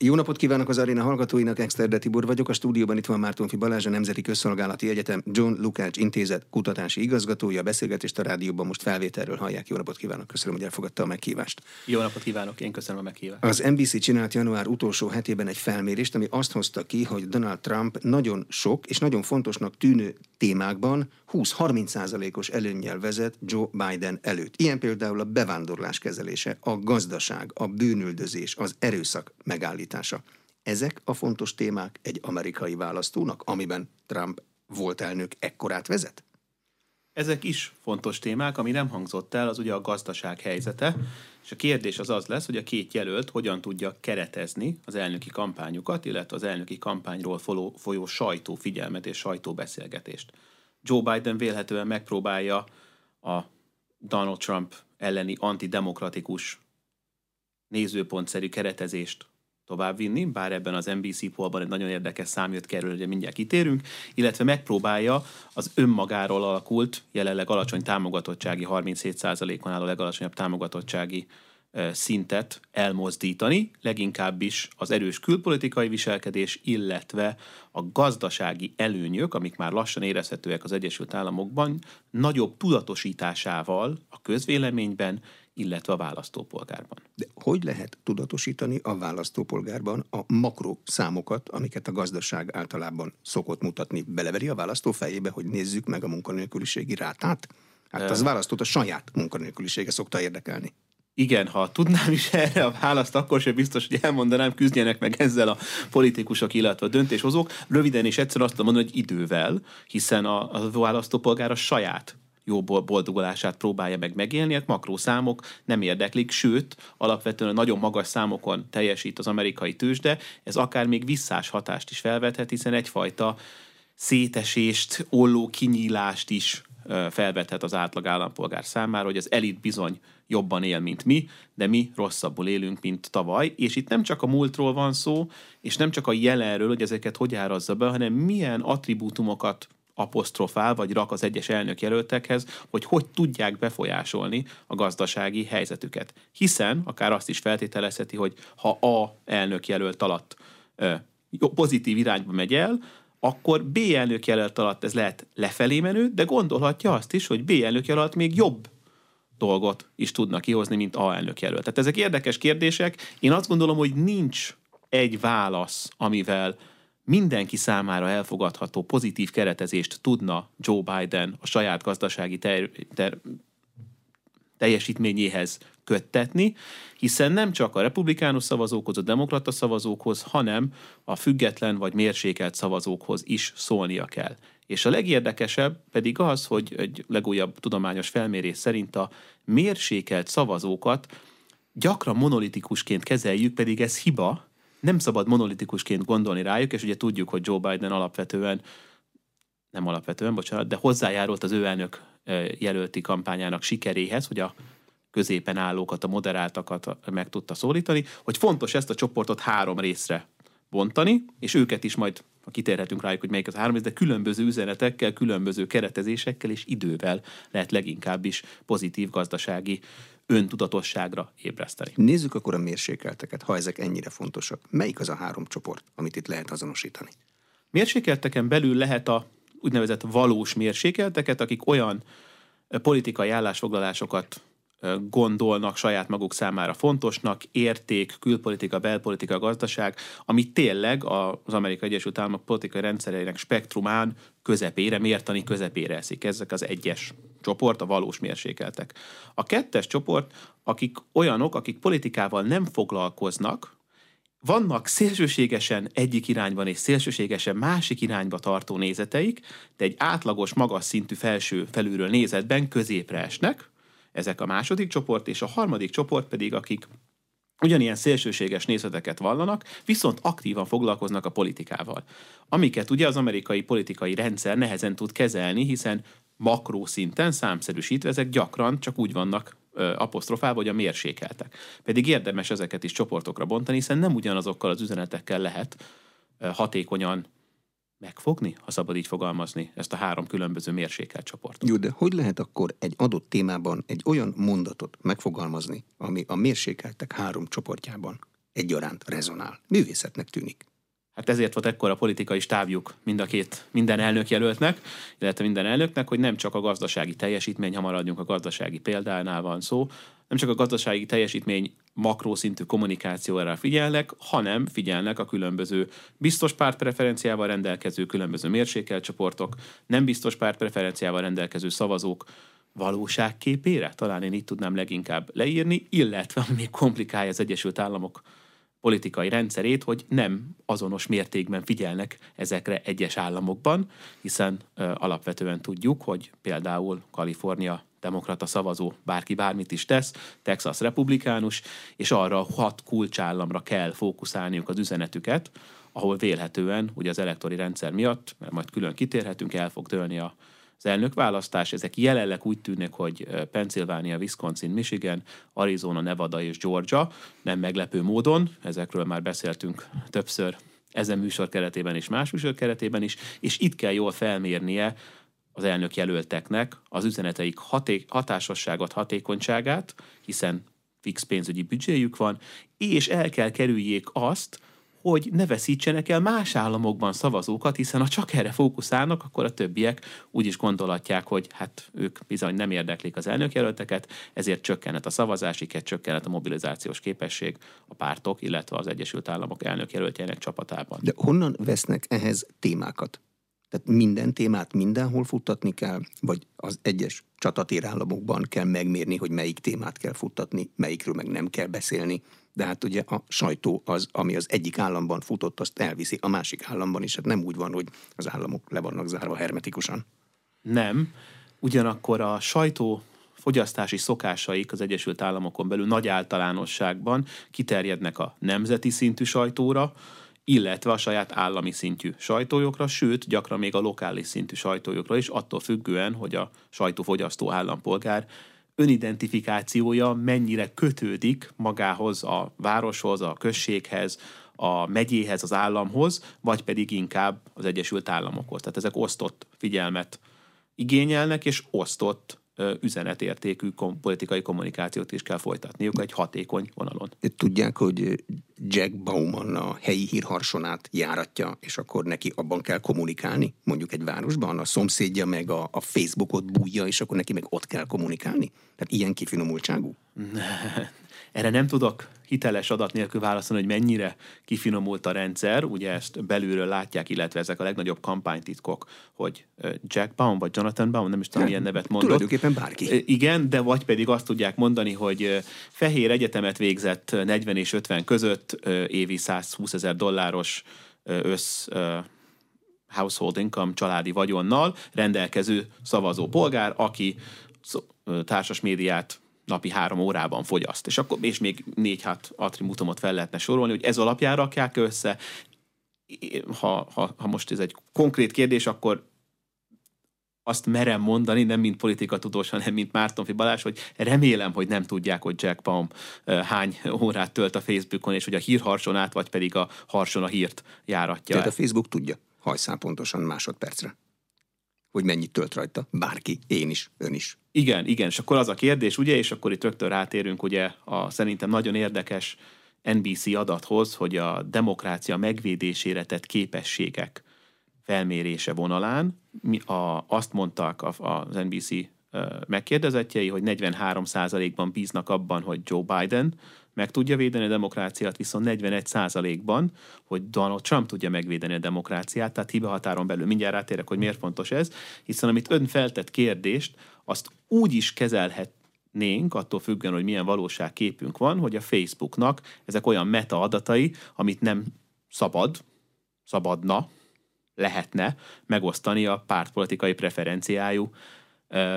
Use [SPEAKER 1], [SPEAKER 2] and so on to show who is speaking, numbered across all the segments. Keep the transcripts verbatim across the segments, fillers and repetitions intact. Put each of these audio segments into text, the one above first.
[SPEAKER 1] Jó napot kívánok az aréna hallgatóinak, Exterde Tibor vagyok, a stúdióban itt van Mártonffy Balázs, a Nemzeti Közszolgálati Egyetem John Lukács Intézet kutatási igazgatója, a beszélgetést a rádióban most felvételről hallják. Jó napot kívánok, köszönöm, hogy elfogadta a meghívást.
[SPEAKER 2] Jó napot kívánok, én köszönöm a meghívást.
[SPEAKER 1] Az en bé cé csinált január utolsó hetében egy felmérést, ami azt hozta ki, hogy Donald Trump nagyon sok és nagyon fontosnak tűnő témákban húsz-harminc százalékos előnnyel vezet Joe Biden előtt. Ilyen például a bevándorlás kezelése, a gazdaság, a bűnüldözés, az erőszak megállítása. Ezek a fontos témák egy amerikai választónak, amiben Trump volt elnök, ekkorát vezet?
[SPEAKER 2] Ezek is fontos témák, ami nem hangzott el, az ugye a gazdaság helyzete, és a kérdés az az lesz, hogy a két jelölt hogyan tudja keretezni az elnöki kampányukat, illetve az elnöki kampányról folyó sajtófigyelmet és sajtóbeszélgetést. Joe Biden vélhetően megpróbálja a Donald Trump elleni antidemokratikus nézőpontszerű keretezést továbbvinni, bár ebben az en bé cé pollban egy nagyon érdekes szám jött ki, erről ugye mindjárt kitérünk, illetve megpróbálja az önmagáról alakult, jelenleg alacsony támogatottsági, harminchét százalékon álló legalacsonyabb támogatottsági szintet elmozdítani, leginkább is az erős külpolitikai viselkedés, illetve a gazdasági előnyök, amik már lassan érezhetőek az Egyesült Államokban, nagyobb tudatosításával a közvéleményben, illetve a választópolgárban.
[SPEAKER 1] De hogy lehet tudatosítani a választópolgárban a makro számokat, amiket a gazdaság általában szokott mutatni? Beleveri a választó fejébe, hogy nézzük meg a munkanélküliségi rátát? Hát az választót a saját munkanélkülisége szokta érdekelni.
[SPEAKER 2] Igen, ha tudnám is erre a választ, akkor sem biztos, hogy elmondanám, küzdjenek meg ezzel a politikusok, illetve a döntéshozók. Röviden és egyszerűen azt mondani, hogy idővel, hiszen a, a választópolgár a saját jó boldogulását próbálja meg megélni, hát makrószámok nem érdeklik, sőt, alapvetően nagyon magas számokon teljesít az amerikai tőzsde, ez akár még visszás hatást is felvethet, hiszen egyfajta szétesést, olló kinyílást is felvethet az átlag állampolgár számára, hogy az elit bizony jobban él, mint mi, de mi rosszabbul élünk, mint tavaly, és itt nem csak a múltról van szó, és nem csak a jelenről, hogy ezeket hogy árazza be, hanem milyen attribútumokat apostrofál, vagy rak az egyes elnökjelöltekhez, hogy hogy tudják befolyásolni a gazdasági helyzetüket. Hiszen akár azt is feltételezheti, hogy ha A elnökjelölt alatt ö, pozitív irányba megy el, akkor B elnökjelölt alatt ez lehet lefelé menő, de gondolhatja azt is, hogy B elnökjelölt alatt még jobb dolgot is tudnak kihozni, mint A elnökjelölt. Tehát ezek érdekes kérdések. Én azt gondolom, hogy nincs egy válasz, amivel mindenki számára elfogadható pozitív keretezést tudna Joe Biden a saját gazdasági ter- ter- teljesítményéhez köttetni, hiszen nem csak a republikánus szavazókhoz, a demokrata szavazókhoz, hanem a független vagy mérsékelt szavazókhoz is szólnia kell. És a legérdekesebb pedig az, hogy egy legújabb tudományos felmérés szerint a mérsékelt szavazókat gyakran monolitikusként kezeljük, pedig ez hiba, nem szabad monolitikusként gondolni rájuk, és ugye tudjuk, hogy Joe Biden alapvetően, nem alapvetően, bocsánat, de hozzájárult az ő elnök jelölti kampányának sikeréhez, hogy a középen állókat, a moderáltakat meg tudta szólítani, hogy fontos ezt a csoportot három részre bontani, és őket is majd, ha kitérhetünk rájuk, hogy melyik az három rész, de különböző üzenetekkel, különböző keretezésekkel és idővel lehet leginkább is pozitív gazdasági öntudatosságra ébreszteni.
[SPEAKER 1] Nézzük akkor a mérsékelteket, ha ezek ennyire fontosak. Melyik az a három csoport, amit itt lehet azonosítani?
[SPEAKER 2] Mérsékelteken belül lehet a úgynevezett valós mérsékelteket, akik olyan politikai állásfoglalásokat gondolnak saját maguk számára fontosnak, érték, külpolitika, belpolitika, gazdaság, ami tényleg az Amerikai Egyesült Államok politikai rendszereinek spektrumán közepére, mértani közepére eszik. Ezek az egyes csoport, a valós mérsékeltek. A kettes csoport, akik olyanok, akik politikával nem foglalkoznak, vannak szélsőségesen egyik irányban és szélsőségesen másik irányba tartó nézeteik, de egy átlagos, magas szintű felső felülről nézetben középre esnek. Ezek a második csoport, és a harmadik csoport pedig, akik ugyanilyen szélsőséges nézeteket vallanak, viszont aktívan foglalkoznak a politikával. Amiket ugye az amerikai politikai rendszer nehezen tud kezelni, hiszen makró szinten számszerűsítve ezek gyakran csak úgy vannak ö, apostrofálva, hogy a mérsékeltek. Pedig érdemes ezeket is csoportokra bontani, hiszen nem ugyanazokkal az üzenetekkel lehet ö, hatékonyan megfogni, ha szabad így fogalmazni, ezt a három különböző mérsékelt csoportot.
[SPEAKER 1] Jó, de hogy lehet akkor egy adott témában egy olyan mondatot megfogalmazni, ami a mérsékeltek három csoportjában egyaránt rezonál. Művészetnek tűnik.
[SPEAKER 2] Hát ezért volt ekkora politikai stábjuk mind a két, minden elnökjelöltnek, illetve minden elnöknek, hogy nem csak a gazdasági teljesítmény, ha maradjunk a gazdasági példánál van szó, nem csak a gazdasági teljesítmény makrószintű kommunikációra figyelnek, hanem figyelnek a különböző biztos pártpreferenciával rendelkező különböző mérsékeltcsoportok, nem biztos pártpreferenciával rendelkező szavazók valóságképére, talán én így tudnám leginkább leírni, illetve még komplikálja az Egyesült Államok politikai rendszerét, hogy nem azonos mértékben figyelnek ezekre egyes államokban, hiszen ö, alapvetően tudjuk, hogy például Kalifornia demokrata szavazó bárki bármit is tesz, Texas republikánus, és arra a hat kulcsállamra kell fókuszálniuk az üzenetüket, ahol vélhetően, ugye az elektori rendszer miatt, mert majd külön kitérhetünk, el fog dőlni a az elnökválasztás. Ezek jelenleg úgy tűnnek, hogy Pennsylvania, Wisconsin, Michigan, Arizona, Nevada és Georgia, nem meglepő módon, ezekről már beszéltünk többször ezen műsor keretében és más műsor keretében is, és itt kell jól felmérnie az elnök jelölteknek az üzeneteik haték, hatásosságot, hatékonyságát, hiszen fix pénzügyi büdzséjük van, és el kell kerüljék azt, hogy ne veszítsenek el más államokban szavazókat, hiszen ha csak erre fókuszálnak, akkor a többiek úgy is gondolhatják, hogy hát ők bizony nem érdeklik az elnökjelölteket, ezért csökkenhet a szavazásiket, csökkenhet a mobilizációs képesség a pártok, illetve az Egyesült Államok elnökjelöltjeinek csapatában.
[SPEAKER 1] De honnan vesznek ehhez témákat? Tehát minden témát mindenhol futtatni kell, vagy az egyes csatatér-államokban kell megmérni, hogy melyik témát kell futtatni, melyikről meg nem kell beszélni. De hát ugye a sajtó az, ami az egyik államban futott, azt elviszi a másik államban is. Hát nem úgy van, hogy az államok le vannak zárva hermetikusan.
[SPEAKER 2] Nem. Ugyanakkor a sajtó fogyasztási szokásaik az Egyesült Államokon belül nagy általánosságban kiterjednek a nemzeti szintű sajtóra, illetve a saját állami szintű sajtójukra, sőt, gyakran még a lokális szintű sajtójukra is, attól függően, hogy a sajtófogyasztó állampolgár önidentifikációja mennyire kötődik magához, a városhoz, a községhez, a megyéhez, az államhoz, vagy pedig inkább az Egyesült Államokhoz. Tehát ezek osztott figyelmet igényelnek, és osztott üzenetértékű kom- politikai kommunikációt is kell folytatniuk egy hatékony vonalon.
[SPEAKER 1] De tudják, hogy Jack Bauman a helyi hírharsonát járatja, és akkor neki abban kell kommunikálni, mondjuk egy városban, a szomszédja meg a, a Facebookot bújja, és akkor neki meg ott kell kommunikálni? Tehát ilyen kifinomultságú?
[SPEAKER 2] Erre nem tudok hiteles adat nélkül válaszolni, hogy mennyire kifinomult a rendszer. Ugye ezt belülről látják, illetve ezek a legnagyobb kampánytitkok, hogy Jack Baum vagy Jonathan Baum, nem is tudom, milyen nevet mondott.
[SPEAKER 1] Tulajdonképpen bárki.
[SPEAKER 2] Igen, de vagy pedig azt tudják mondani, hogy fehér egyetemet végzett negyven és ötven között évi százhúszezer dolláros össz household income, családi vagyonnal rendelkező szavazó polgár, aki társas médiát napi három órában fogyaszt. És, akkor, és még négy-hat attribútumot fel lehetne sorolni, hogy ez alapján rakják össze. Ha, ha, ha most ez egy konkrét kérdés, akkor azt merem mondani, nem mint politikatudós, hanem mint Mártonfi Balázs, hogy remélem, hogy nem tudják, hogy Jack Baum hány órát tölt a Facebookon, és hogy a hírharsonát, vagy pedig a harson a hírt járatja.
[SPEAKER 1] Tehát a Facebook tudja, hajszál pontosan másodpercre, hogy mennyit tölt rajta. Bárki, én is, ön is.
[SPEAKER 2] Igen, igen, és akkor az a kérdés, ugye, és akkor itt rögtön rátérünk ugye a szerintem nagyon érdekes en bé cé adathoz, hogy a demokrácia megvédésére tett képességek felmérése vonalán mi a, azt mondták az en bé cé megkérdezettjei, hogy negyvenhárom százalékban bíznak abban, hogy Joe Biden meg tudja védeni a demokráciát, viszont negyvenegy százalékban, hogy Donald Trump tudja megvédeni a demokráciát, tehát hibahatáron belül. Mindjárt rátérek, hogy miért fontos ez, hiszen amit ön feltett kérdést, azt úgy is kezelhetnénk, attól függően, hogy milyen valóságképünk van, hogy a Facebooknak ezek olyan meta adatai, amit nem szabad, szabadna, lehetne megosztani a pártpolitikai preferenciájú ö,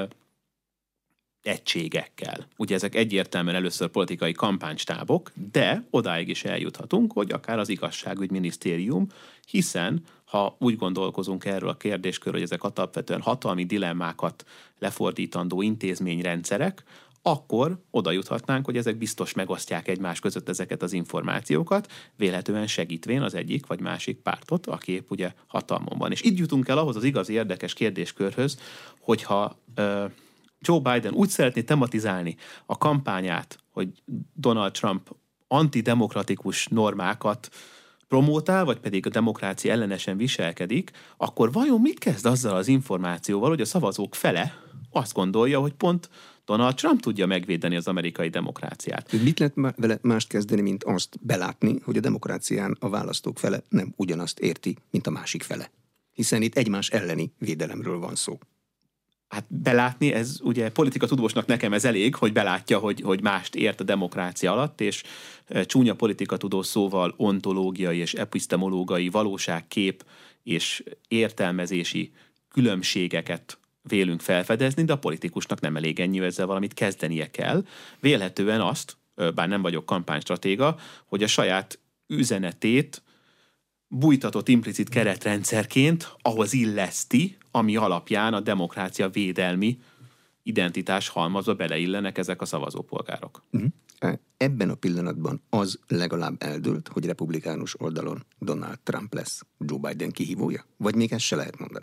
[SPEAKER 2] egységekkel. Ugye ezek egyértelműen először politikai kampánystábok, de odáig is eljuthatunk, hogy akár az igazságügyminisztérium, hiszen ha úgy gondolkozunk erről a kérdéskörről, hogy ezek alapvetően hatalmi dilemmákat lefordítandó intézményrendszerek, akkor oda juthatnánk, hogy ezek biztos megosztják egymás között ezeket az információkat, véletlenül segítvén az egyik vagy másik pártot, aki épp ugye hatalmon van. És így jutunk el ahhoz az igazi érdekes kérdéskörhöz, hogyha ö, Joe Biden úgy szeretné tematizálni a kampányát, hogy Donald Trump antidemokratikus normákat promótál, vagy pedig a demokrácia ellenesen viselkedik, akkor vajon mit kezd azzal az információval, hogy a szavazók fele azt gondolja, hogy pont Donald Trump tudja megvédeni az amerikai demokráciát.
[SPEAKER 1] Mit lehet vele mást kezdeni, mint azt belátni, hogy a demokrácián a választók fele nem ugyanazt érti, mint a másik fele? Hiszen itt egymás elleni védelemről van szó.
[SPEAKER 2] Hát belátni, ez ugye politika tudósnak nekem ez elég, hogy belátja, hogy, hogy mást ért a demokrácia alatt, és csúnya politika tudós szóval ontológiai és epistemológiai valóságkép és értelmezési különbségeket vélünk felfedezni, de a politikusnak nem elég ennyi, ezzel valamit kezdenie kell. Vélhetően azt, bár nem vagyok kampánystratéga, hogy a saját üzenetét bújtatott implicit keretrendszerként ahhoz illeszti, ami alapján a demokrácia védelmi identitás halmazba beleillenek ezek a szavazópolgárok.
[SPEAKER 1] Uh-huh. Ebben a pillanatban az legalább eldőlt, hogy republikánus oldalon Donald Trump lesz Joe Biden kihívója? Vagy még ezt se lehet mondani?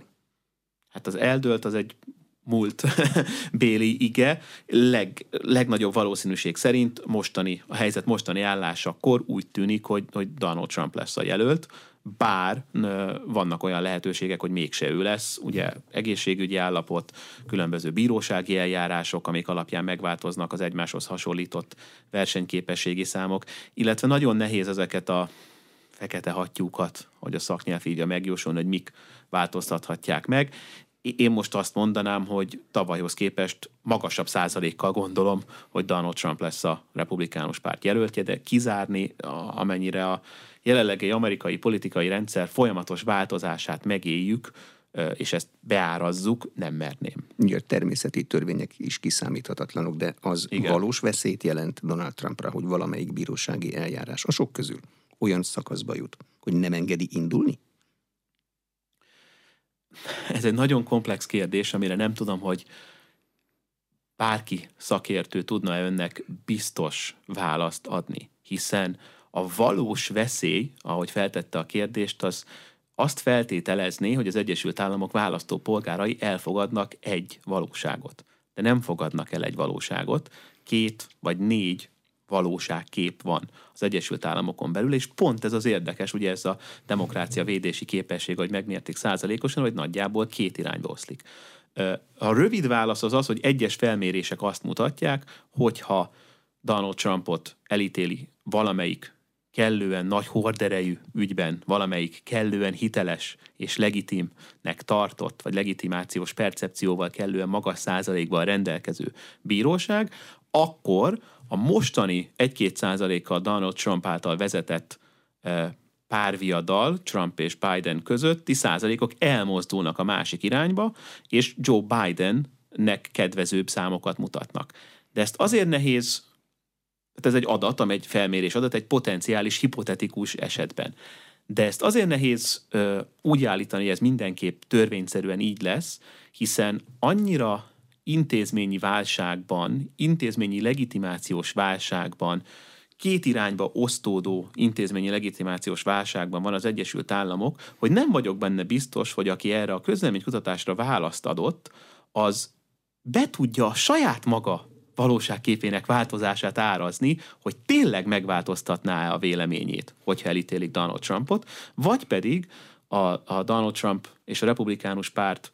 [SPEAKER 2] Hát az eldőlt az egy múlt béli ige. Leg, legnagyobb valószínűség szerint mostani, a helyzet mostani állásakor úgy tűnik, hogy, hogy Donald Trump lesz a jelölt, bár vannak olyan lehetőségek, hogy mégse ő lesz, ugye egészségügyi állapot, különböző bírósági eljárások, amik alapján megváltoznak az egymáshoz hasonlított versenyképességi számok, illetve nagyon nehéz ezeket a fekete hattyúkat, hogy a szaknyelv írja megjósolni, hogy mik változtathatják meg. Én most azt mondanám, hogy tavalyhoz képest magasabb százalékkal gondolom, hogy Donald Trump lesz a republikánus párt jelöltje, de kizárni, amennyire a jelenlegi amerikai politikai rendszer folyamatos változását megéljük, és ezt beárazzuk, nem merném.
[SPEAKER 1] Ugye a természeti törvények is kiszámíthatatlanok, de az Igen. valós veszélyt jelent Donald Trumpra, hogy valamelyik bírósági eljárás a sok közül olyan szakaszba jut, hogy nem engedi indulni?
[SPEAKER 2] Ez egy nagyon komplex kérdés, amire nem tudom, hogy bárki szakértő tudna önnek biztos választ adni, hiszen a valós veszély, ahogy feltette a kérdést, az azt feltételezné, hogy az Egyesült Államok választópolgárai elfogadnak egy valóságot. De nem fogadnak el egy valóságot, két vagy négy valóságkép van az Egyesült Államokon belül, és pont ez az érdekes, ugye ez a demokrácia védési képesség, hogy megmérték százalékosan, hogy nagyjából két irányba oszlik. A rövid válasz az az, hogy egyes felmérések azt mutatják, hogyha Donald Trumpot elítéli valamelyik kellően nagy horderejű ügyben, valamelyik kellően hiteles és legitimnek tartott, vagy legitimációs percepcióval kellően magas százalékban rendelkező bíróság, akkor a mostani egy-két százalékkal Donald Trump által vezetett e, párviadal Trump és Biden közötti százalékok elmozdulnak a másik irányba, és Joe Bidennek kedvezőbb számokat mutatnak. De ezt azért nehéz, ez egy adat, amely egy felmérés adat, egy potenciális, hipotetikus esetben. De ezt azért nehéz ö, úgy állítani, hogy ez mindenképp törvényszerűen így lesz, hiszen annyira intézményi válságban, intézményi legitimációs válságban, két irányba osztódó intézményi legitimációs válságban van az Egyesült Államok, hogy nem vagyok benne biztos, hogy aki erre a közleménykutatásra választ adott, az be tudja a saját maga valóságképének változását árazni, hogy tényleg megváltoztatná a véleményét, hogyha elítélik Donald Trumpot, vagy pedig a, a Donald Trump és a republikánus párt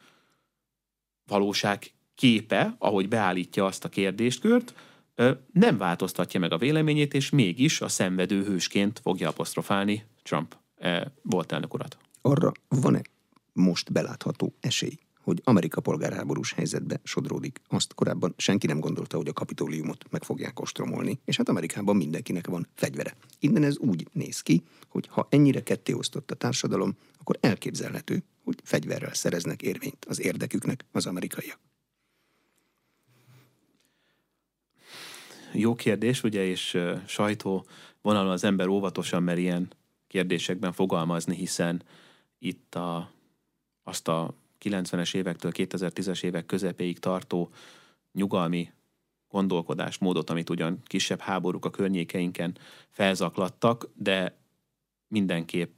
[SPEAKER 2] valóság képe, ahogy beállítja azt a kérdéskört, nem változtatja meg a véleményét, és mégis a szenvedő hősként fogja apostrofálni Trump volt elnök urat.
[SPEAKER 1] Arra van-e most belátható esély, hogy Amerika polgárháborús helyzetbe sodródik? Azt korábban senki nem gondolta, hogy a Kapitóliumot meg fogják ostromolni, és hát Amerikában mindenkinek van fegyvere. Innen ez úgy néz ki, hogy ha ennyire kettéosztott a társadalom, akkor elképzelhető, hogy fegyverrel szereznek érvényt az érdeküknek az amerikaiak.
[SPEAKER 2] Jó kérdés, ugye, és uh, sajtó vonalon az ember óvatosan mer ilyen kérdésekben fogalmazni, hiszen itt a, azt a kilencvenes évektől kétezer-tízes évek közepéig tartó nyugalmi gondolkodásmódot, amit ugyan kisebb háborúk a környékeinken felzaklattak, de mindenképp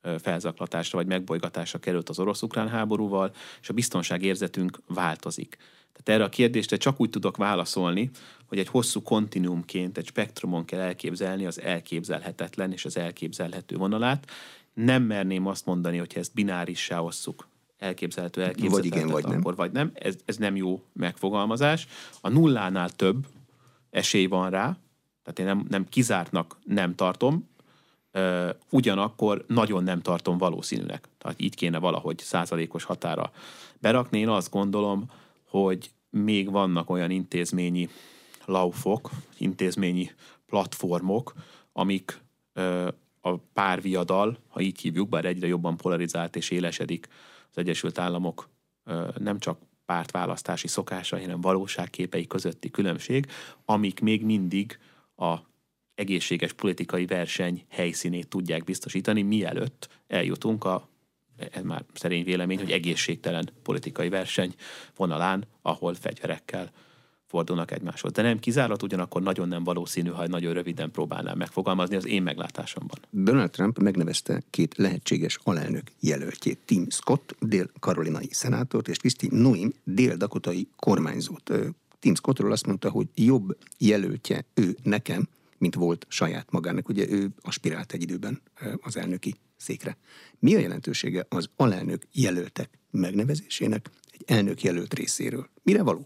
[SPEAKER 2] felzaklatásra vagy megbolygatásra került az orosz-ukrán háborúval, és a biztonságérzetünk változik. Tehát erre a kérdésre csak úgy tudok válaszolni, hogy egy hosszú kontinuumként, egy spektrumon kell elképzelni az elképzelhetetlen és az elképzelhető vonalát. Nem merném azt mondani, hogy ezt binárissá osszuk, elképzelhető, elképzelhető,
[SPEAKER 1] vagy igen, vagy nem.
[SPEAKER 2] akkor vagy nem. Ez, ez nem jó megfogalmazás. A nullánál több esély van rá, tehát én nem, nem kizártnak nem tartom, Uh, ugyanakkor nagyon nem tartom valószínűnek. Tehát így kéne valahogy százalékos határa berakni. Én azt gondolom, hogy még vannak olyan intézményi laufok, intézményi platformok, amik uh, a párviadal, ha így hívjuk, bár egyre jobban polarizált és élesedik az Egyesült Államok uh, nem csak pártválasztási szokása, hanem valóságképei közötti különbség, amik még mindig a egészséges politikai verseny helyszínét tudják biztosítani, mielőtt eljutunk a, ez már szerény vélemény, hogy egészségtelen politikai verseny vonalán, ahol fegyverekkel fordulnak egymáshoz. De nem kizárat, ugyanakkor nagyon nem valószínű, ha nagyon röviden próbálnám megfogalmazni az én meglátásomban.
[SPEAKER 1] Donald Trump megnevezte két lehetséges alelnök jelöltjét, Tim Scott, dél-karolinai szenátort, és Kristi Noem, dél-dakotai kormányzót. Tim Scottról azt mondta, hogy jobb jelöltje ő nekem, mint volt saját magának. Ugye ő aspirált egy időben az elnöki székre. Mi a jelentősége az alelnök jelöltek megnevezésének egy elnök jelölt részéről? Mire való?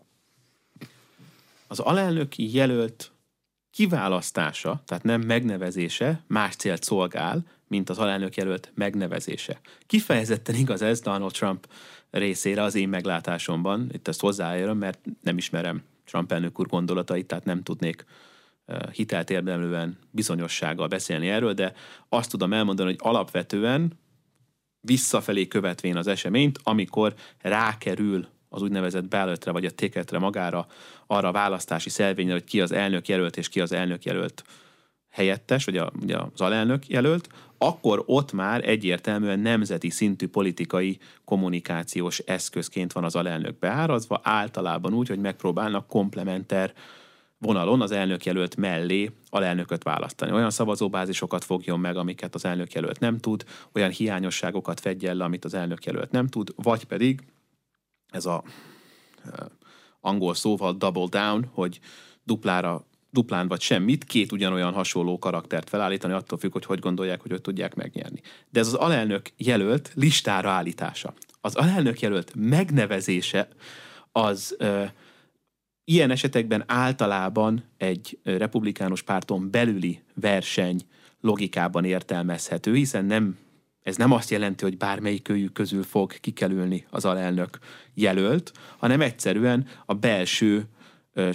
[SPEAKER 2] Az alelnöki jelölt kiválasztása, tehát nem megnevezése, más célt szolgál, mint az alelnök jelölt megnevezése. Kifejezetten igaz ez Donald Trump részére az én meglátásomban. Itt ezt hozzáérem, mert nem ismerem Trump elnök úr gondolatait, tehát nem tudnék hitelt érdemlően bizonyossággal beszélni erről, de azt tudom elmondani, hogy alapvetően visszafelé követvén az eseményt, amikor rákerül az úgynevezett ballotre, vagy a ticketre magára, arra a választási szelvényre, hogy ki az elnök jelölt, és ki az elnök jelölt helyettes, vagy a, ugye az alelnök jelölt, akkor ott már egyértelműen nemzeti szintű politikai kommunikációs eszközként van az alelnök beárazva, általában úgy, hogy megpróbálnak komplementer vonalon az elnökjelölt mellé alelnököt választani. Olyan szavazóbázisokat fogjon meg, amiket az elnökjelölt nem tud, olyan hiányosságokat fedjen le, amit az elnökjelölt nem tud, vagy pedig ez a uh, angol szóval double down, hogy duplára, duplán vagy semmit, két ugyanolyan hasonló karaktert felállítani, attól függ, hogy hogy gondolják, hogy őt tudják megnyerni. De ez az alelnök jelölt listára állítása. Az alelnök jelölt megnevezése az uh, ilyen esetekben általában egy republikánus párton belüli verseny logikában értelmezhető, hiszen nem, ez nem azt jelenti, hogy bármelyik őjük közül fog kikerülni az alelnök jelölt, hanem egyszerűen a belső ö,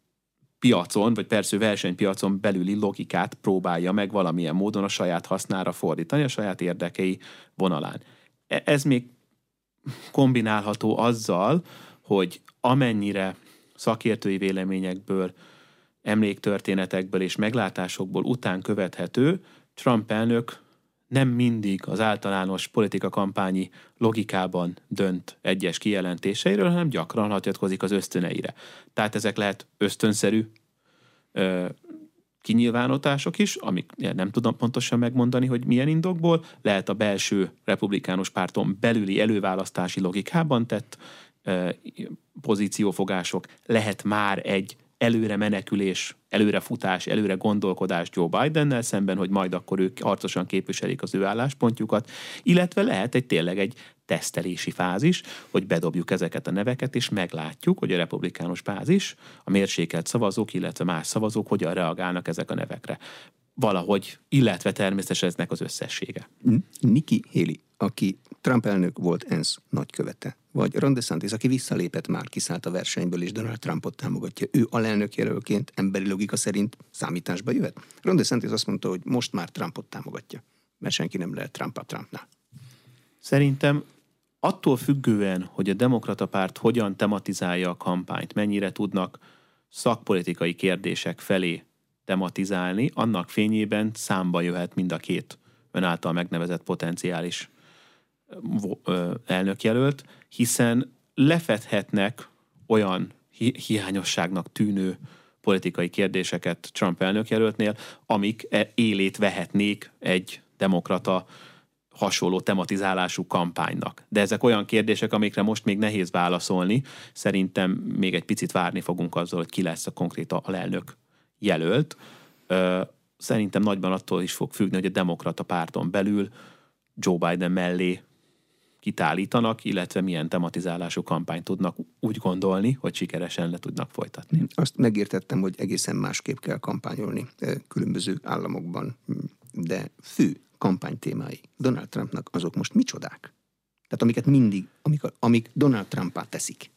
[SPEAKER 2] piacon, vagy persze versenypiacon belüli logikát próbálja meg valamilyen módon a saját hasznára fordítani, a saját érdekei vonalán. Ez még kombinálható azzal, hogy amennyire szakértői véleményekből, emléktörténetekből és meglátásokból után követhető, Trump elnök nem mindig az általános politikakampányi logikában dönt egyes kijelentéseiről, hanem gyakran hagyatkozik az ösztöneire. Tehát ezek lehet ösztönszerű ö, kinyilvánítások is, amik nem tudom pontosan megmondani, hogy milyen indokból, lehet a belső republikánus párton belüli előválasztási logikában tett ö, pozíciófogások, lehet már egy előre menekülés, előre futás, előre gondolkodás Joe Bidennel szemben, hogy majd akkor ők harcosan képviselik az ő álláspontjukat, illetve lehet egy tényleg egy tesztelési fázis, hogy bedobjuk ezeket a neveket, és meglátjuk, hogy a republikánus bázis, a mérsékelt szavazók, illetve más szavazók hogyan reagálnak ezek a nevekre. Valahogy, illetve természetesen eznek az összessége.
[SPEAKER 1] Nikki Haley, aki Trump elnök volt ENSZ nagykövete, vagy Ron DeSantis, aki visszalépett már, kiszállt a versenyből, és Donald Trumpot támogatja. Ő alelnök jelölként emberi logika szerint számításba jöhet? Ron DeSantis azt mondta, hogy most már Trumpot támogatja, mert senki nem lehet Trump a Trumpnál.
[SPEAKER 2] Szerintem attól függően, hogy a demokrata párt hogyan tematizálja a kampányt, mennyire tudnak szakpolitikai kérdések felé tematizálni, annak fényében számba jöhet mind a két ön által megnevezett potenciális elnökjelölt, hiszen lefedhetnek olyan hi- hiányosságnak tűnő politikai kérdéseket Trump elnökjelöltnél, amik élét vehetnék egy demokrata hasonló tematizálású kampánynak. De ezek olyan kérdések, amikre most még nehéz válaszolni. Szerintem még egy picit várni fogunk azzal, hogy ki lesz a konkrét alelnök jelölt. Szerintem nagyban attól is fog függni, hogy a demokrata párton belül Joe Biden mellé kitálítanak, illetve milyen tematizálású kampányt tudnak úgy gondolni, hogy sikeresen le tudnak folytatni.
[SPEAKER 1] Azt megértettem, hogy egészen másképp kell kampányolni különböző államokban, de fő kampánytémái Donald Trumpnak azok most micsodák? Tehát amiket mindig, amik, amik Donald Trumpá teszik.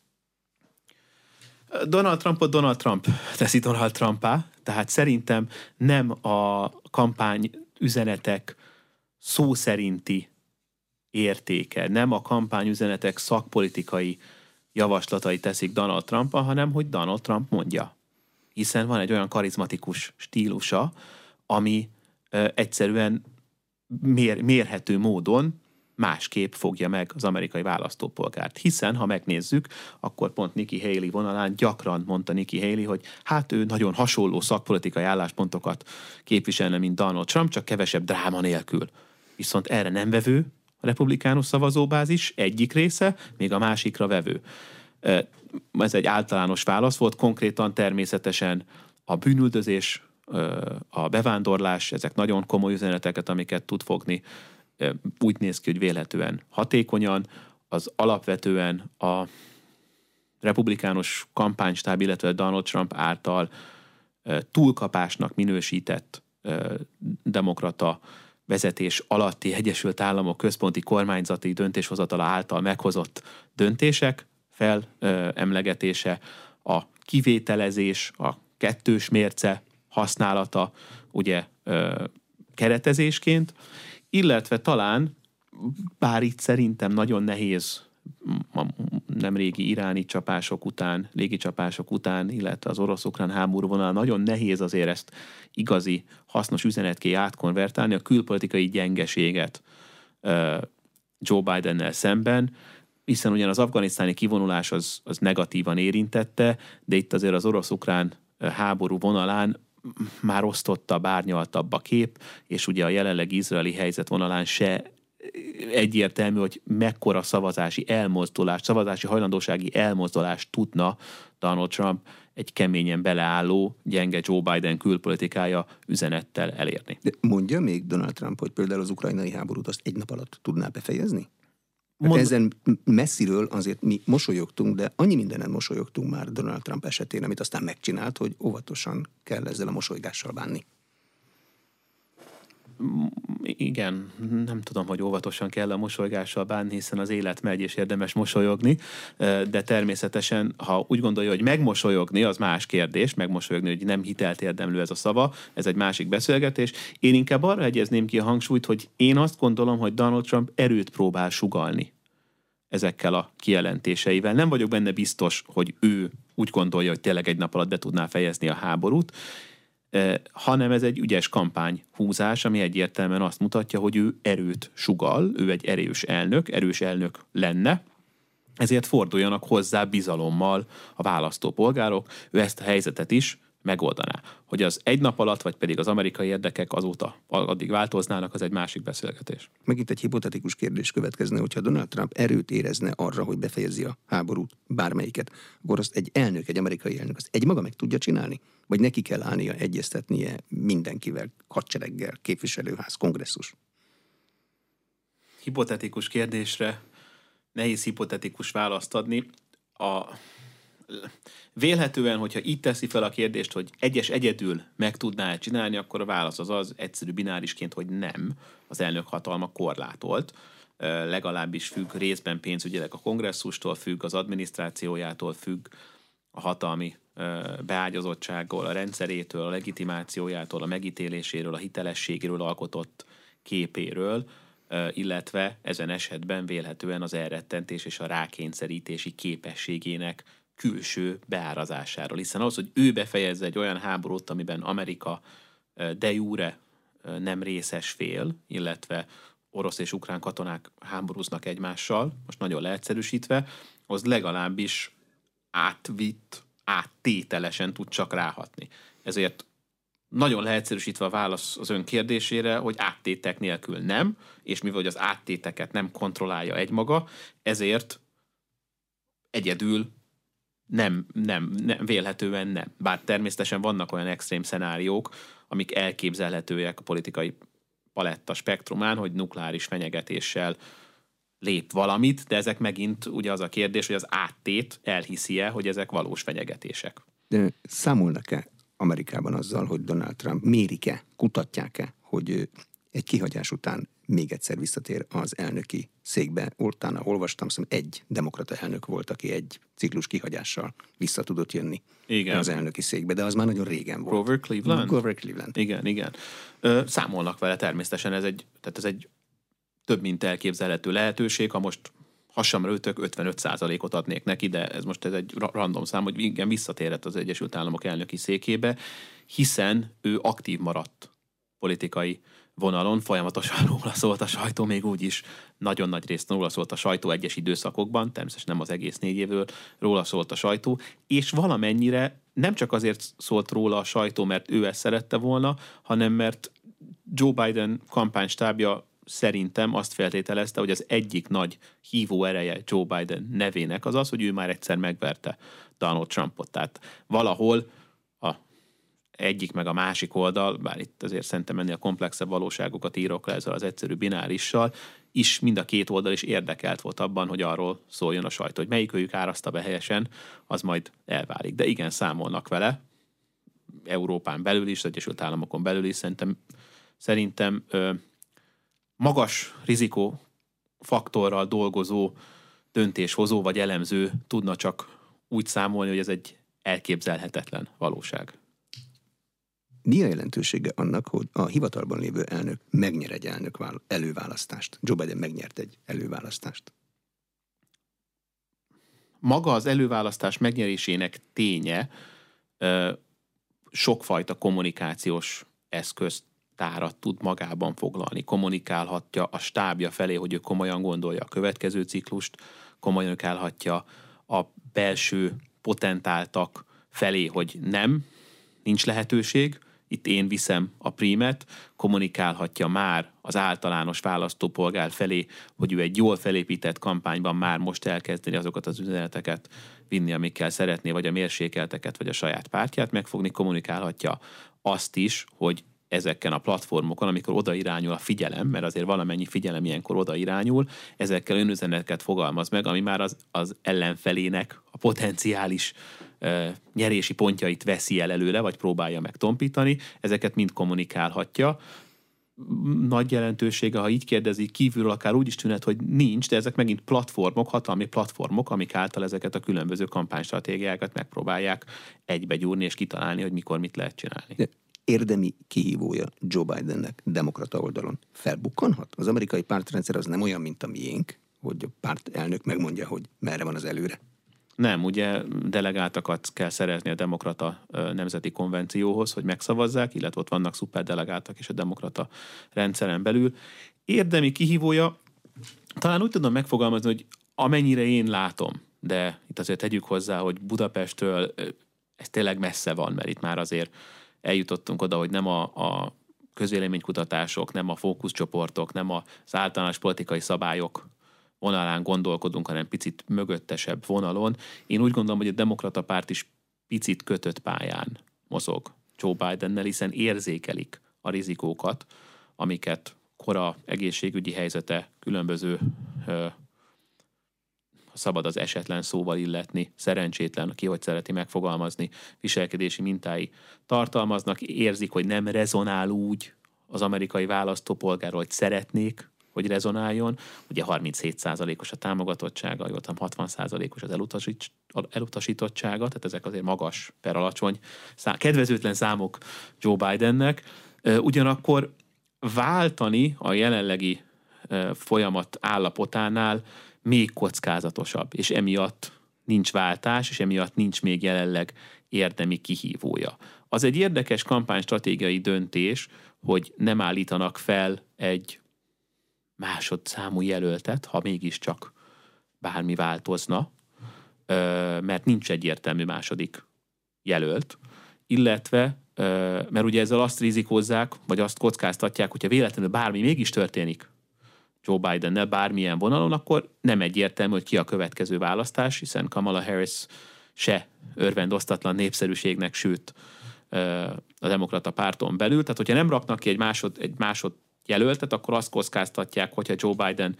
[SPEAKER 2] Donald Trumpot Donald Trump teszi Donald Trumpá, tehát szerintem nem a kampány üzenetek szó szerinti értéke, nem a kampányüzenetek szakpolitikai javaslatai teszik Donald Trumpba, hanem hogy Donald Trump mondja. Hiszen van egy olyan karizmatikus stílusa, ami ö, egyszerűen mér, mérhető módon másképp fogja meg az amerikai választópolgárt. Hiszen, ha megnézzük, akkor pont Nikki Haley vonalán gyakran mondta Nikki Haley, hogy hát ő nagyon hasonló szakpolitikai álláspontokat képviselne, mint Donald Trump, csak kevesebb dráma nélkül. Viszont erre nem vevő a republikánus szavazóbázis egyik része, még a másikra vevő. Ez egy általános válasz volt, konkrétan természetesen a bűnüldözés, a bevándorlás, ezek nagyon komoly üzeneteket, amiket tud fogni, úgy néz ki, hogy vélhetően hatékonyan, az alapvetően a republikánus kampánystáb, illetve Donald Trump által túlkapásnak minősített demokrata vezetés alatti Egyesült Államok központi kormányzati döntéshozatala által meghozott döntések felemlegetése, a kivételezés, a kettős mérce használata, ugye keretezésként, illetve talán, bár itt szerintem nagyon nehéz a nem régi iráni csapások után, légicsapások után, illetve az orosz-ukrán háború vonal, nagyon nehéz azért ezt igazi, hasznos üzenetké átkonvertálni, a külpolitikai gyengeséget Joe Bidennel szemben, hiszen ugyan az afganisztáni kivonulás az, az negatívan érintette, de itt azért az orosz-ukrán háború vonalán már osztottabb, árnyaltabb a kép, és ugye a jelenlegi izraeli helyzet vonalán se egyértelmű, hogy mekkora szavazási elmozdulást, szavazási hajlandósági elmozdulást tudna Donald Trump egy keményen beleálló, gyenge Joe Biden külpolitikája üzenettel elérni. De
[SPEAKER 1] mondja még Donald Trump, hogy például az ukrajnai háborút azt egy nap alatt tudná befejezni?
[SPEAKER 2] Mond...
[SPEAKER 1] Ezen messziről azért mi mosolyogtunk, de annyi mindenen mosolyogtunk már Donald Trump esetén, amit aztán megcsinált, hogy óvatosan kell ezzel a mosolygással bánni.
[SPEAKER 2] Igen, nem tudom, hogy óvatosan kell a mosolygással bánni, hiszen az élet megy, és érdemes mosolyogni, de természetesen, ha úgy gondolja, hogy megmosolyogni, az más kérdés, megmosolyogni, hogy nem hitelt érdemlő ez a szava, ez egy másik beszélgetés. Én inkább arra egyezném ki a hangsúlyt, hogy én azt gondolom, hogy Donald Trump erőt próbál sugallni ezekkel a kijelentéseivel. Nem vagyok benne biztos, hogy ő úgy gondolja, hogy tényleg egy nap alatt be tudná fejezni a háborút, hanem ez egy ügyes kampányhúzás, ami egyértelműen azt mutatja, hogy ő erőt sugal, ő egy erős elnök, erős elnök lenne, ezért forduljanak hozzá bizalommal a választópolgárok, ő ezt a helyzetet is megoldaná. Hogy az egy nap alatt, vagy pedig az amerikai érdekek azóta addig változnának, az egy másik beszélgetés.
[SPEAKER 1] Megint egy hipotetikus kérdés következne, hogyha Donald Trump erőt érezne arra, hogy befejezi a háborút, bármelyiket, akkor azt egy elnök, egy amerikai elnök, azt egy maga meg tudja csinálni? Vagy neki kell állnia, egyeztetnie mindenkivel, hadsereggel, képviselőház, kongresszus?
[SPEAKER 2] Hipotetikus kérdésre nehéz hipotetikus választ adni. A... Vélhetően, hogyha így teszi fel a kérdést, hogy egyes egyedül meg tudná csinálni, akkor a válasz az az egyszerű binárisként, hogy nem. Az elnök hatalma korlátolt. Legalábbis függ részben pénzügyileg a kongresszustól, függ az adminisztrációjától, függ a hatalmi beágyazottsággal, a rendszerétől, a legitimációjától, a megítéléséről, a hitelességéről alkotott képéről, illetve ezen esetben vélhetően az elrettentés és a rákényszerítési képességének külső beárazásáról. Hiszen ahhoz, hogy ő befejezze egy olyan háborút, amiben Amerika de jure nem részes fél, illetve orosz és ukrán katonák háborúznak egymással, most nagyon leegyszerűsítve, az legalábbis átvitt, áttételesen tud csak ráhatni. Ezért nagyon leegyszerűsítve a válasz az ön kérdésére, hogy áttétek nélkül nem, és mivel hogy az áttéteket nem kontrollálja egymaga, ezért egyedül nem, nem, nem, vélhetően nem. Bár természetesen vannak olyan extrém szenáriók, amik elképzelhetőek a politikai paletta spektrumán, hogy nukleáris fenyegetéssel lép valamit, de ezek megint ugye az a kérdés, hogy az áttét elhiszi-e, hogy ezek valós fenyegetések.
[SPEAKER 1] De számolnak-e Amerikában azzal, hogy Donald Trump mérik-e, kutatják-e, hogy egy kihagyás után még egyszer visszatér az elnöki székbe? Utána olvastam, szóval egy demokrata elnök volt, aki egy ciklus kihagyással vissza tudott jönni igen. az elnöki székbe, de az már nagyon régen volt.
[SPEAKER 2] Grover Cleveland?
[SPEAKER 1] Grover Cleveland.
[SPEAKER 2] Igen, igen. Ö, számolnak vele természetesen, ez egy, tehát ez egy több mint elképzelhető lehetőség, ha most hasamra ütök, ötvenöt százalékot adnék neki, de ez most ez egy random szám, hogy igen, visszatérhet az Egyesült Államok elnöki székébe, hiszen ő aktív maradt politikai vonalon, folyamatosan róla szólt a sajtó, még úgy is nagyon nagy részt róla szólt a sajtó egyes időszakokban, természetesen nem az egész négy évről róla szólt a sajtó, és valamennyire nem csak azért szólt róla a sajtó, mert ő ezt szerette volna, hanem mert Joe Biden kampánystábja szerintem azt feltételezte, hogy az egyik nagy hívó ereje Joe Biden nevének az az, hogy ő már egyszer megverte Donald Trumpot. Tehát valahol a egyik meg a másik oldal, bár itt azért szerintem ennél komplexebb valóságokat írok le ezzel az egyszerű binárissal, is mind a két oldal is érdekelt volt abban, hogy arról szóljon a sajtó, hogy melyik őjük áraszta be helyesen, az majd elválik. De igen, számolnak vele, Európán belül is, az Egyesült Államokon belül is, szerintem, szerintem ö, magas rizikófaktorral dolgozó döntéshozó vagy elemző tudna csak úgy számolni, hogy ez egy elképzelhetetlen valóság.
[SPEAKER 1] Mi a jelentősége annak, hogy a hivatalban lévő elnök megnyer egy elnök előválasztást? Joe Biden megnyert egy előválasztást.
[SPEAKER 2] Maga az előválasztás megnyerésének ténye ö, sokfajta kommunikációs eszközt tárat tud magában foglalni. Kommunikálhatja a stábja felé, hogy ő komolyan gondolja a következő ciklust, kommunikálhatja a belső potentáltak felé, hogy nem, nincs lehetőség, itt én viszem a prímet, kommunikálhatja már az általános választópolgár felé, hogy ő egy jól felépített kampányban már most elkezdeni azokat az üzeneteket vinni, amikkel szeretné, vagy a mérsékelteket, vagy a saját pártját megfogni, kommunikálhatja azt is, hogy ezeken a platformokon, amikor odairányul a figyelem, mert azért valamennyi figyelem ilyenkor odairányul, ezekkel önüzeneteket fogalmaz meg, ami már az, az ellenfelének a potenciális uh, nyerési pontjait veszi el előle, vagy próbálja meg tompítani, ezeket mind kommunikálhatja. Nagy jelentősége, ha így kérdezik, kívülről akár úgy is tűnhet, hogy nincs, de ezek megint platformok, hatalmi platformok, amik által ezeket a különböző kampánystratégiákat megpróbálják egybegyúrni és kitalálni, hogy mikor mit lehet csinálni.
[SPEAKER 1] De érdemi kihívója Joe Bidennek demokrata oldalon felbukkanhat? Az amerikai pártrendszer az nem olyan, mint a miénk, hogy a pártelnök megmondja, hogy merre van az előre.
[SPEAKER 2] Nem, ugye delegáltakat kell szerezni a demokrata nemzeti konvencióhoz, hogy megszavazzák, illetve ott vannak szuperdelegáltak is a demokrata rendszeren belül. Érdemi kihívója, talán úgy tudom megfogalmazni, hogy amennyire én látom, de itt azért tegyük hozzá, hogy Budapesttől ez tényleg messze van, mert itt már azért eljutottunk oda, hogy nem a, a közvéleménykutatások, nem a fókuszcsoportok, nem az általános politikai szabályok vonalán gondolkodunk, hanem picit mögöttesebb vonalon. Én úgy gondolom, hogy a demokrata párt is picit kötött pályán mozog Joe Bidennel, hiszen érzékelik a rizikókat, amiket kora egészségügyi helyzete, különböző, ha szabad az esetlen szóval illetni, szerencsétlen, ki hogy szereti megfogalmazni, viselkedési mintái tartalmaznak, érzik, hogy nem rezonál úgy az amerikai választópolgárról, hogy szeretnék, hogy rezonáljon. Ugye harminchét százalékos a támogatottsága, jól tudom, hatvan százalékos az elutasít, elutasítottsága, tehát ezek azért magas per alacsony, szám, kedvezőtlen számok Joe Bidennek. Ugyanakkor váltani a jelenlegi folyamat állapotánál még kockázatosabb, és emiatt nincs váltás, és emiatt nincs még jelenleg érdemi kihívója. Az egy érdekes kampánystratégiai döntés, hogy nem állítanak fel egy másodszámú jelöltet, ha mégiscsak bármi változna, mert nincs egyértelmű második jelölt, illetve mert ugye ezzel azt rizikózzák, vagy azt kockáztatják, hogyha véletlenül bármi mégis történik Joe Bidennel bármilyen vonalon, akkor nem egyértelmű, hogy ki a következő választás, hiszen Kamala Harris se örvend osztatlan népszerűségnek, sőt a demokrata párton belül. Tehát, hogyha nem raknak ki egy másod, egy másod jelöltet, akkor azt kockáztatják, hogyha Joe Biden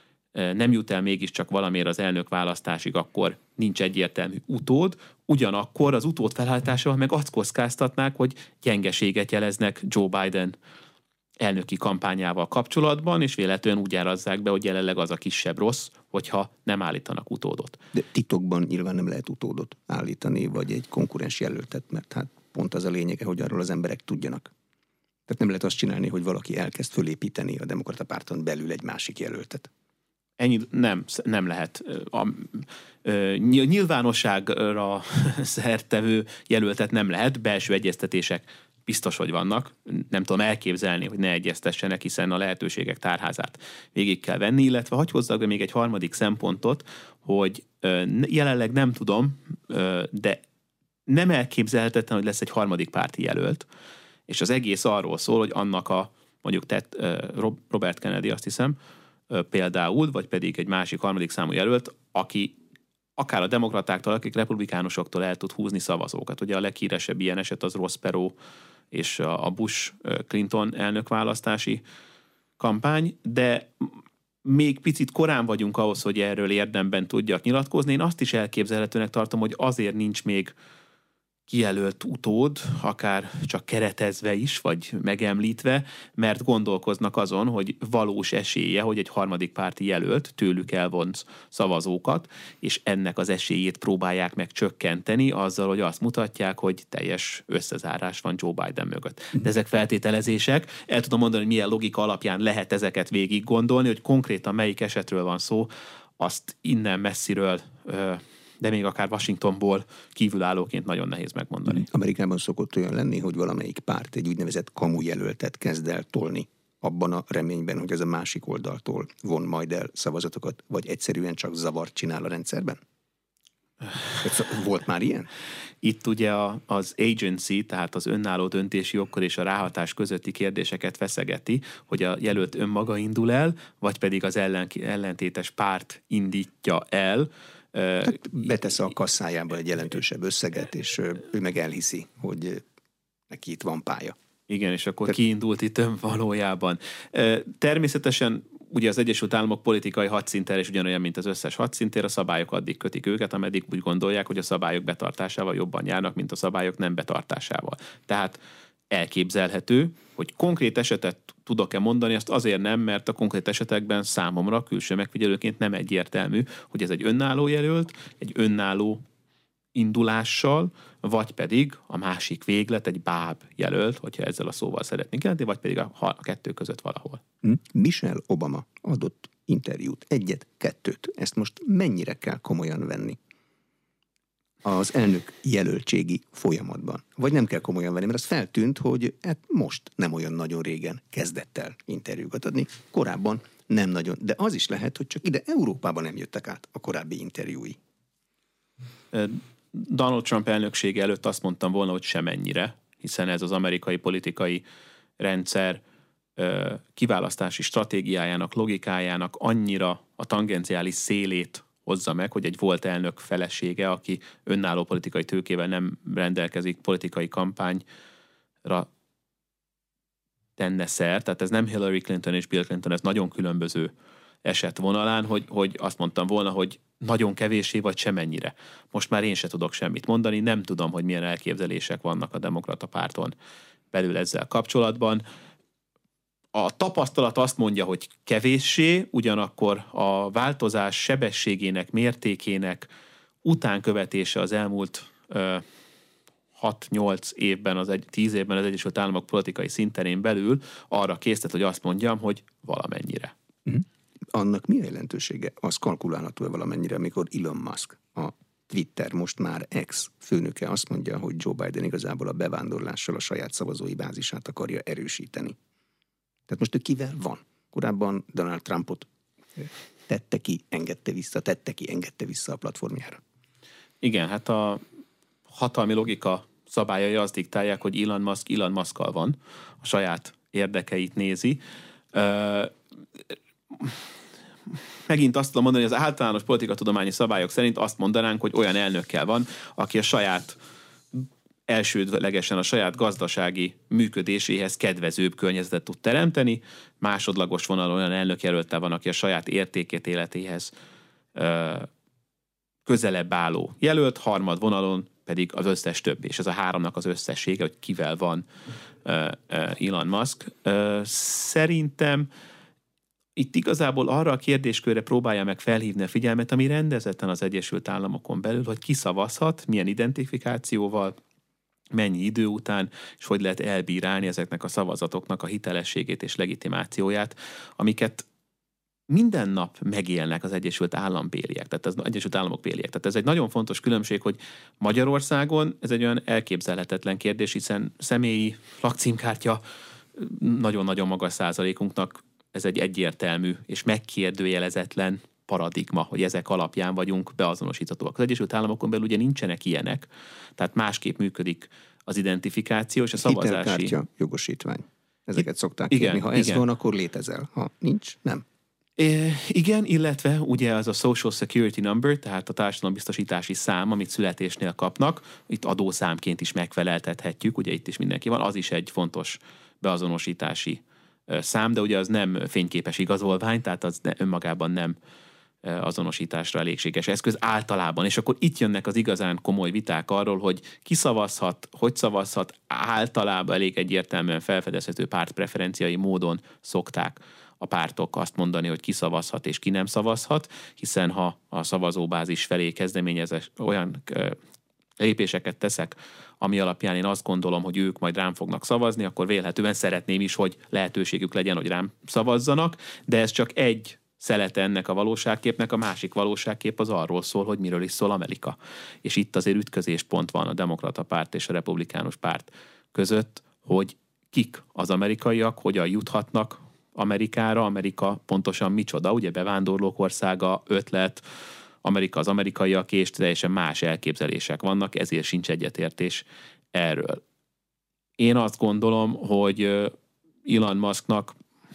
[SPEAKER 2] nem jut el mégiscsak valamiért az elnök választásig, akkor nincs egyértelmű utód. Ugyanakkor az utód felállításával meg azt kockáztatnák, hogy gyengeséget jeleznek Joe Biden elnöki kampányával kapcsolatban, és véletlenül úgy árazzák be, hogy jelenleg az a kisebb rossz, hogyha nem állítanak utódot.
[SPEAKER 1] De titokban nyilván nem lehet utódot állítani, vagy egy konkurens jelöltet, mert hát pont az a lényege, hogy arról az emberek tudjanak. Tehát nem lehet azt csinálni, hogy valaki elkezd fölépíteni a demokrata párton belül egy másik jelöltet.
[SPEAKER 2] Ennyi nem, nem lehet. A, a nyilvánosságra szertevő jelöltet nem lehet, belső egyeztetések biztos, hogy vannak. Nem tudom elképzelni, hogy ne egyeztessenek, hiszen a lehetőségek tárházát végig kell venni, illetve hagy hozzak be még egy harmadik szempontot, hogy jelenleg nem tudom, de nem elképzelhetetlen, hogy lesz egy harmadik párti jelölt, és az egész arról szól, hogy annak a, mondjuk tett Robert Kennedy, azt hiszem, például, vagy pedig egy másik harmadik számú jelölt, aki akár a demokratáktól, akik republikánusoktól el tud húzni szavazókat. Ugye a leghíresebb ilyen eset az Ross Perot és a Bush-Clinton elnökválasztási kampány, de még picit korán vagyunk ahhoz, hogy erről érdemben tudjak nyilatkozni. Én azt is elképzelhetőnek tartom, hogy azért nincs még kijelölt utód, akár csak keretezve is, vagy megemlítve, mert gondolkoznak azon, hogy valós esélye, hogy egy harmadik párti jelölt tőlük elvont szavazókat, és ennek az esélyét próbálják meg csökkenteni azzal, hogy azt mutatják, hogy teljes összezárás van Joe Biden mögött. De ezek feltételezések. El tudom mondani, hogy milyen logika alapján lehet ezeket végig gondolni, hogy konkrétan melyik esetről van szó, azt innen messziről de még akár Washingtonból kívülállóként nagyon nehéz megmondani.
[SPEAKER 1] Amerikában szokott olyan lenni, hogy valamelyik párt egy úgynevezett kamujelöltet kezd el tolni, abban a reményben, hogy ez a másik oldaltól von majd el szavazatokat, vagy egyszerűen csak zavart csinál a rendszerben? Volt már ilyen?
[SPEAKER 2] Itt ugye a, az agency, tehát az önálló döntési jogkör és a ráhatás közötti kérdéseket feszegeti, hogy a jelölt önmaga indul el, vagy pedig az ellen, ellentétes párt indítja el.
[SPEAKER 1] Tehát betesz a kasszájába egy jelentősebb összeget, és ő meg elhiszi, hogy neki itt van pálya.
[SPEAKER 2] Igen, és akkor Te... kiindult itt ön valójában. Természetesen ugye az Egyesült Államok politikai hadszintér is ugyanolyan, mint az összes hadszintér, a szabályok addig kötik őket, ameddig úgy gondolják, hogy a szabályok betartásával jobban járnak, mint a szabályok nem betartásával. Tehát elképzelhető, hogy konkrét esetet tudok-e mondani, azt azért nem, mert a konkrét esetekben számomra külső megfigyelőként nem egyértelmű, hogy ez egy önálló jelölt, egy önálló indulással, vagy pedig a másik véglet egy báb jelölt, hogyha ezzel a szóval szeretnénk jelenteni, vagy pedig a, a kettő között valahol.
[SPEAKER 1] Michelle Obama adott interjút, egyet, kettőt. Ezt most mennyire kell komolyan venni az elnök jelöltségi folyamatban? Vagy nem kell komolyan venni, mert az feltűnt, hogy hát most nem olyan nagyon régen kezdett el interjúkat adni, korábban nem nagyon. De az is lehet, hogy csak ide Európában nem jöttek át a korábbi interjúi.
[SPEAKER 2] Donald Trump elnöksége előtt azt mondtam volna, hogy semennyire, hiszen ez az amerikai politikai rendszer kiválasztási stratégiájának, logikájának annyira a tangenciális szélét hozza meg, hogy egy volt elnök felesége, aki önálló politikai tőkével nem rendelkezik, politikai kampányra tenne szert. Tehát ez nem Hillary Clinton és Bill Clinton, ez nagyon különböző eset vonalán, hogy, hogy azt mondtam volna, hogy nagyon kevéssé vagy semennyire. Most már én se tudok semmit mondani, nem tudom, hogy milyen elképzelések vannak a demokrata párton belül ezzel kapcsolatban. A tapasztalat azt mondja, hogy kevéssé, ugyanakkor a változás sebességének, mértékének utánkövetése az elmúlt ö, hat-nyolc évben, az egy, tíz évben az Egyesült Államok politikai szinterén belül arra késztet, hogy azt mondjam, hogy valamennyire.
[SPEAKER 1] Mm-hmm. Annak mi a jelentősége? Az kalkulálható valamennyire, amikor Elon Musk, a Twitter, most már ex főnöke azt mondja, hogy Joe Biden igazából a bevándorlással a saját szavazói bázisát akarja erősíteni. Tehát most ő kivel van? Korábban Donald Trumpot tette ki, engedte vissza, tette ki, engedte vissza a platformjára.
[SPEAKER 2] Igen, hát a hatalmi logika szabályai azt diktálják, hogy Elon Musk Elon Muskkal van, a saját érdekeit nézi. Megint azt tudom mondani, hogy az általános politikatudományi szabályok szerint azt mondanánk, hogy olyan elnökkel van, aki a saját elsődlegesen a saját gazdasági működéséhez kedvezőbb környezetet tud teremteni, másodlagos vonalon olyan elnökjelölttel van, aki a saját értékítéletéhez ö, közelebb álló jelölt, harmad vonalon pedig az összes többi, és ez a háromnak az összessége, hogy kivel van ö, ö, Elon Musk. Ö, szerintem itt igazából arra a kérdéskörre próbálja meg felhívni a figyelmet, ami rendezetten az Egyesült Államokon belül, hogy ki szavazhat, milyen identifikációval, mennyi idő után, és hogy lehet elbírálni ezeknek a szavazatoknak a hitelességét és legitimációját, amiket minden nap megélnek az Egyesült Állambéliek, tehát az Egyesült Államok béliek. Tehát ez egy nagyon fontos különbség, hogy Magyarországon ez egy olyan elképzelhetetlen kérdés, hiszen személyi lakcímkártya nagyon-nagyon magas százalékunknak ez egy egyértelmű és megkérdőjelezetlen paradigma, hogy ezek alapján vagyunk beazonosíthatóak. Az Egyesült Államokon belül ugye nincsenek ilyenek, tehát másképp működik az identifikáció és a szavazási...
[SPEAKER 1] Hitelkártya, jogosítvány. Ezeket szokták
[SPEAKER 2] igen,
[SPEAKER 1] kérni. Ha ez
[SPEAKER 2] igen.
[SPEAKER 1] van, akkor létezel. Ha nincs, nem.
[SPEAKER 2] É, igen, illetve ugye az a Social Security Number, tehát a társadalombiztosítási szám, amit születésnél kapnak, itt adószámként is megfeleltethetjük, ugye itt is mindenki van, az is egy fontos beazonosítási szám, de ugye az nem fényképes igazolvány, tehát az önmagában nem azonosításra elégséges eszköz általában. És akkor itt jönnek az igazán komoly viták arról, hogy ki szavazhat, hogy szavazhat, általában elég egyértelműen felfedezhető pártpreferenciai módon szokták a pártok azt mondani, hogy ki szavazhat és ki nem szavazhat, hiszen ha a szavazóbázis felé kezdeményezés olyan lépéseket teszek, ami alapján én azt gondolom, hogy ők majd rám fognak szavazni, akkor vélhetően szeretném is, hogy lehetőségük legyen, hogy rám szavazzanak, de ez csak egy szelete ennek a valóságképnek, a másik valóságkép az arról szól, hogy miről is szól Amerika. És itt azért ütközéspont van a demokrata párt és a republikánus párt között, hogy kik az amerikaiak, hogyan juthatnak Amerikára, Amerika pontosan micsoda, ugye bevándorlók országa, ötlet, Amerika az amerikaiak, és teljesen más elképzelések vannak, ezért sincs egyetértés erről. Én azt gondolom, hogy Elon Musknak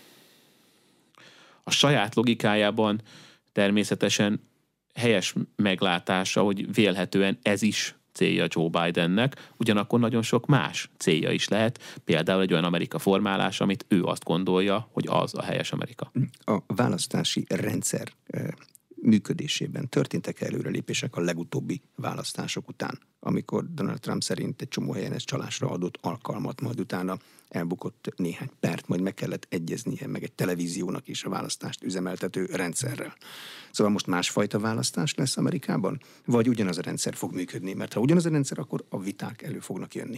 [SPEAKER 2] a saját logikájában természetesen helyes meglátása, hogy vélhetően ez is célja Joe Bidennek, ugyanakkor nagyon sok más célja is lehet, például egy olyan Amerika formálás, amit ő azt gondolja, hogy az a helyes Amerika.
[SPEAKER 1] A választási rendszer működésében történtek előrelépések a legutóbbi választások után, amikor Donald Trump szerint egy csomó helyen ez csalásra adott alkalmat, majd utána elbukott néhány pert, majd meg kellett egyeznie meg egy televíziónak is a választást üzemeltető rendszerrel. Szóval most másfajta választás lesz Amerikában? Vagy ugyanaz a rendszer fog működni? Mert ha ugyanaz a rendszer, akkor a viták elő fognak jönni.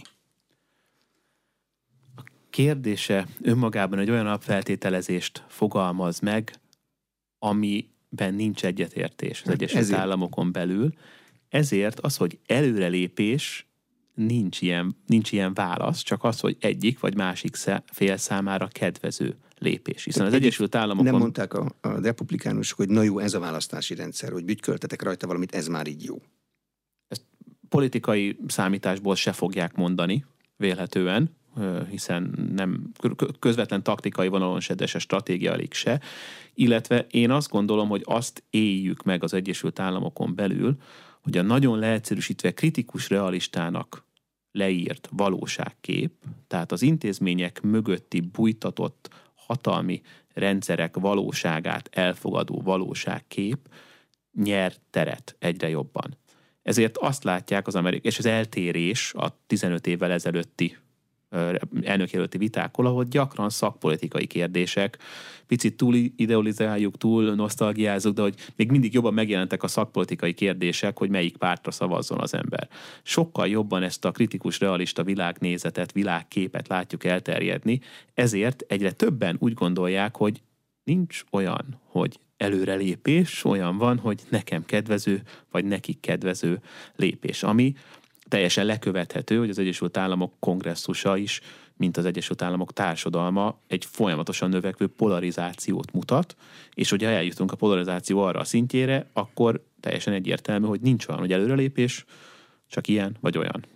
[SPEAKER 2] A kérdése önmagában egy olyan alapfeltételezést fogalmaz meg, ami ben nincs egyetértés az Egyesült ezért. Államokon belül, ezért az, hogy előrelépés, nincs ilyen, nincs ilyen válasz, csak az, hogy egyik vagy másik fél számára kedvező lépés. Hiszen az Egyesült Államokon...
[SPEAKER 1] Nem mondták a, a republikánusok, hogy na jó, ez a választási rendszer, hogy bütyköltetek rajta valamit, ez már így jó.
[SPEAKER 2] Ezt politikai számításból se fogják mondani, vélhetően, hiszen nem közvetlen taktikai vonalon se, de se stratégiailag se, illetve én azt gondolom, hogy azt éljük meg az Egyesült Államokon belül, hogy a nagyon leegyszerűsítve kritikus realistának leírt valóságkép, tehát az intézmények mögötti bújtatott hatalmi rendszerek valóságát elfogadó valóságkép nyer teret egyre jobban. Ezért azt látják az amerikai, és az eltérés a tizenöt évvel ezelőtti elnökjelölti vitákon, ahol gyakran szakpolitikai kérdések, picit túl idealizáljuk, túl nosztalgiázunk, de hogy még mindig jobban megjelentek a szakpolitikai kérdések, hogy melyik pártra szavazzon az ember. Sokkal jobban ezt a kritikus, realista világnézetet, világképet látjuk elterjedni, ezért egyre többen úgy gondolják, hogy nincs olyan, hogy előrelépés, olyan van, hogy nekem kedvező, vagy nekik kedvező lépés, ami teljesen lekövethető, hogy az Egyesült Államok kongresszusa is, mint az Egyesült Államok társadalma egy folyamatosan növekvő polarizációt mutat, és hogyha eljutunk a polarizáció arra a szintjére, akkor teljesen egyértelmű, hogy nincs olyan, hogy előrelépés, csak ilyen vagy olyan.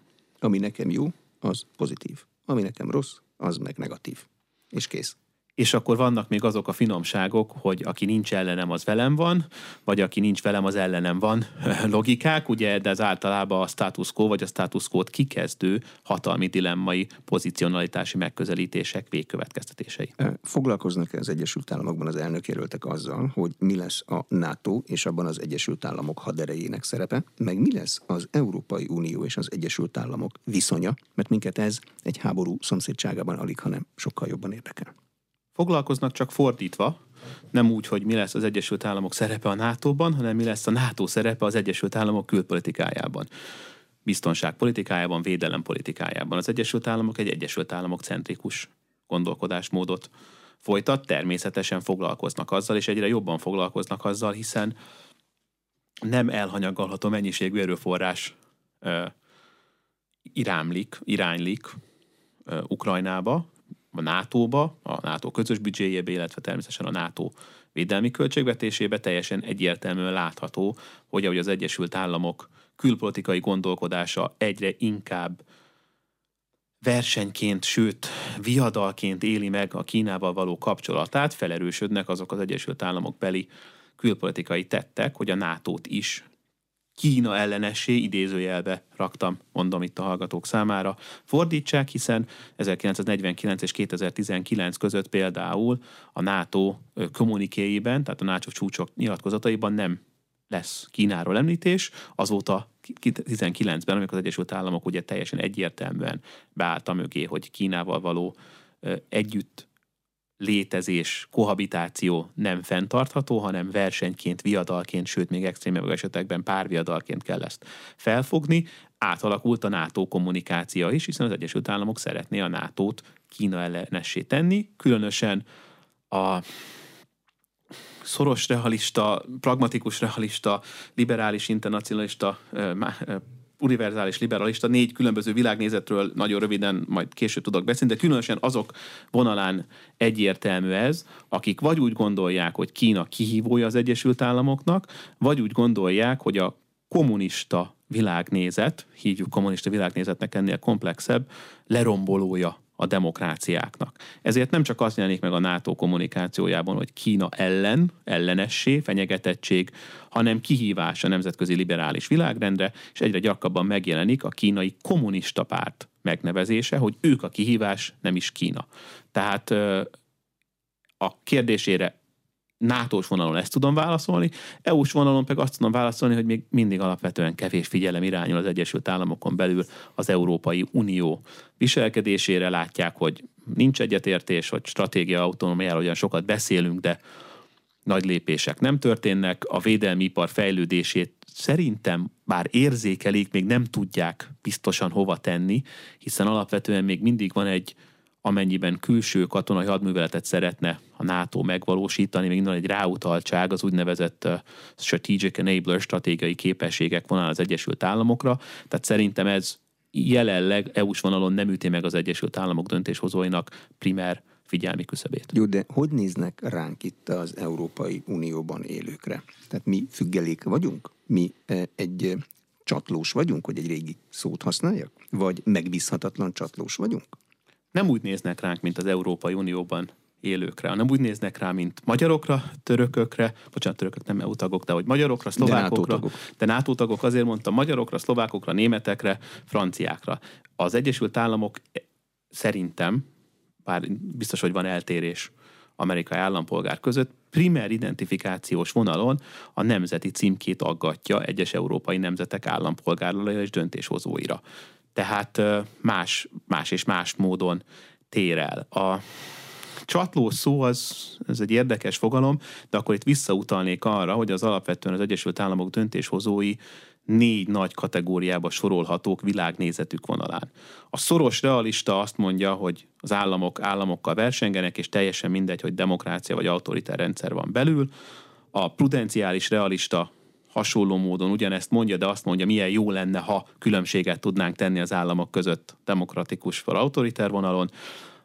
[SPEAKER 1] Ami nekem jó, az pozitív. Ami nekem rossz, az meg negatív. És kész.
[SPEAKER 2] És akkor vannak még azok a finomságok, hogy aki nincs ellenem, az velem van, vagy aki nincs velem, az ellenem van logikák, ugye, de ez általában a status quo, vagy a status quo-t kikezdő hatalmi dilemmai, pozicionalitási megközelítések végkövetkeztetései.
[SPEAKER 1] Foglalkoznak az Egyesült Államokban az elnökjelöltek azzal, hogy mi lesz a NATO és abban az Egyesült Államok haderejének szerepe, meg mi lesz az Európai Unió és az Egyesült Államok viszonya, mert minket ez egy háború szomszédságában alig, hanem sokkal jobban érdekel.
[SPEAKER 2] Foglalkoznak csak fordítva, nem úgy, hogy mi lesz az Egyesült Államok szerepe a nátóban, hanem mi lesz a NATO szerepe az Egyesült Államok külpolitikájában, biztonságpolitikájában, védelempolitikájában. Az Egyesült Államok egy Egyesült Államok centrikus gondolkodásmódot folytat, természetesen foglalkoznak azzal, és egyre jobban foglalkoznak azzal, hiszen nem elhanyagolható mennyiségű erőforrás uh, irámlik, iránylik uh, Ukrajnába, a nátóba, a NATO közös büdzséjébe, illetve természetesen a NATO védelmi költségvetésébe teljesen egyértelműen látható, hogy ahogy az Egyesült Államok külpolitikai gondolkodása egyre inkább versenyként, sőt viadalként éli meg a Kínával való kapcsolatát, felerősödnek azok az Egyesült Államok beli külpolitikai tettek, hogy a nátót is Kína ellenessé, idézőjelbe raktam, mondom itt a hallgatók számára, fordítsák, hiszen ezerkilencszáznegyvenkilenc és kétezer-tizenkilenc között például a NATO kommunikéjében, tehát a NATO csúcsok nyilatkozataiban nem lesz Kínáról említés, azóta tizenkilencben, amikor az Egyesült Államok ugye teljesen egyértelműen beállt a mögé, hogy Kínával való együtt létezés, kohabitáció nem fenntartható, hanem versenyként, viadalként, sőt még extrém esetekben párviadalként kell ezt felfogni. Átalakult a NATO kommunikáció is, hiszen az Egyesült Államok szeretné a nátót Kína ellenessé tenni, különösen a szoros realista, pragmatikus realista, liberális internacionalista, univerzális liberalista, négy különböző világnézetről nagyon röviden majd később tudok beszélni, de különösen azok vonalán egyértelmű ez, akik vagy úgy gondolják, hogy Kína kihívója az Egyesült Államoknak, vagy úgy gondolják, hogy a kommunista világnézet, hívjuk kommunista világnézetnek ennél komplexebb, lerombolója a demokráciáknak. Ezért nem csak azt jelenik meg a NATO kommunikációjában, hogy Kína ellen, ellenessé, fenyegetettség, hanem kihívás a nemzetközi liberális világrendre, és egyre gyakrabban megjelenik a kínai kommunista párt megnevezése, hogy ők a kihívás, nem is Kína. Tehát a kérdésére nátós vonalon ezt tudom válaszolni, é u-s vonalon pedig azt tudom válaszolni, hogy még mindig alapvetően kevés figyelem irányul az Egyesült Államokon belül az Európai Unió viselkedésére. Látják, hogy nincs egyetértés, hogy stratégia autonómiáról olyan sokat beszélünk, de nagy lépések nem történnek. A védelmi ipar fejlődését szerintem bár érzékelik, még nem tudják biztosan hova tenni, hiszen alapvetően még mindig van egy, amennyiben külső katonai hadműveletet szeretne a NATO megvalósítani, még mindig egy ráutaltság az úgynevezett uh, strategic enabler, stratégiai képességek vonal az Egyesült Államokra. Tehát szerintem ez jelenleg é u-s vonalon nem üti meg az Egyesült Államok döntéshozóinak primer figyelmi küszöbét.
[SPEAKER 1] Jó, de hogy néznek ránk itt az Európai Unióban élőkre? Tehát mi függelék vagyunk? Mi egy csatlós vagyunk, hogy egy régi szót használjak? Vagy megbízhatatlan csatlós vagyunk?
[SPEAKER 2] Nem úgy néznek ránk, mint az Európai Unióban élőkre, hanem úgy néznek rá, mint magyarokra, törökökre, bocsánat, törökök nem é u tagok, de hogy magyarokra, szlovákokra, de, de NATO tagok, azért mondtam, magyarokra, szlovákokra, németekre, franciákra. Az Egyesült Államok szerintem, bár biztos, hogy van eltérés amerikai állampolgár között, primer identifikációs vonalon a nemzeti címkét aggatja egyes európai nemzetek állampolgáraira és döntéshozóira. Tehát más, más és más módon tér el. A csatlós szó az, ez egy érdekes fogalom, de akkor itt visszautalnék arra, hogy az alapvetően az Egyesült Államok döntéshozói négy nagy kategóriába sorolhatók világnézetük vonalán. A szoros realista azt mondja, hogy az államok államokkal versengenek, és teljesen mindegy, hogy demokrácia vagy autoritár rendszer van belül. A prudenciális realista hasonló módon ugyanezt mondja, de azt mondja, milyen jó lenne, ha különbséget tudnánk tenni az államok között demokratikus vagy autoritár vonalon.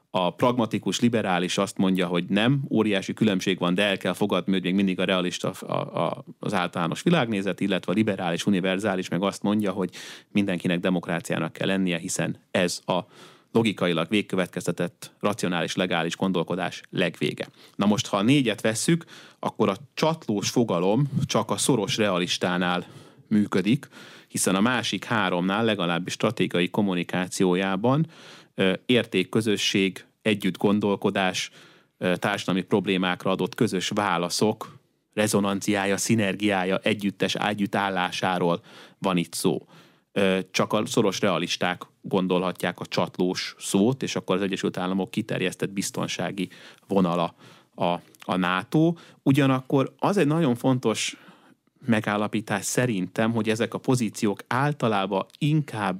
[SPEAKER 2] A pragmatikus liberális azt mondja, hogy nem, óriási különbség van, de el kell fogadni, hogy még mindig a realista a, a, az általános világnézet, illetve a liberális, univerzális meg azt mondja, hogy mindenkinek demokráciának kell lennie, hiszen ez a logikailag végkövetkeztetett, racionális, legális gondolkodás legvége. Na most, ha a négyet vesszük, akkor a csatlós fogalom csak a szoros realistánál működik, hiszen a másik háromnál, legalábbis stratégiai kommunikációjában értékközösség, együtt gondolkodás, társadalmi problémákra adott közös válaszok, rezonanciája, szinergiája, együttes ágyüttállásáról van itt szó. Csak a szoros realisták gondolhatják a csatlós szót, és akkor az Egyesült Államok kiterjesztett biztonsági vonala a, a NATO. Ugyanakkor az egy nagyon fontos megállapítás szerintem, hogy ezek a pozíciók általában inkább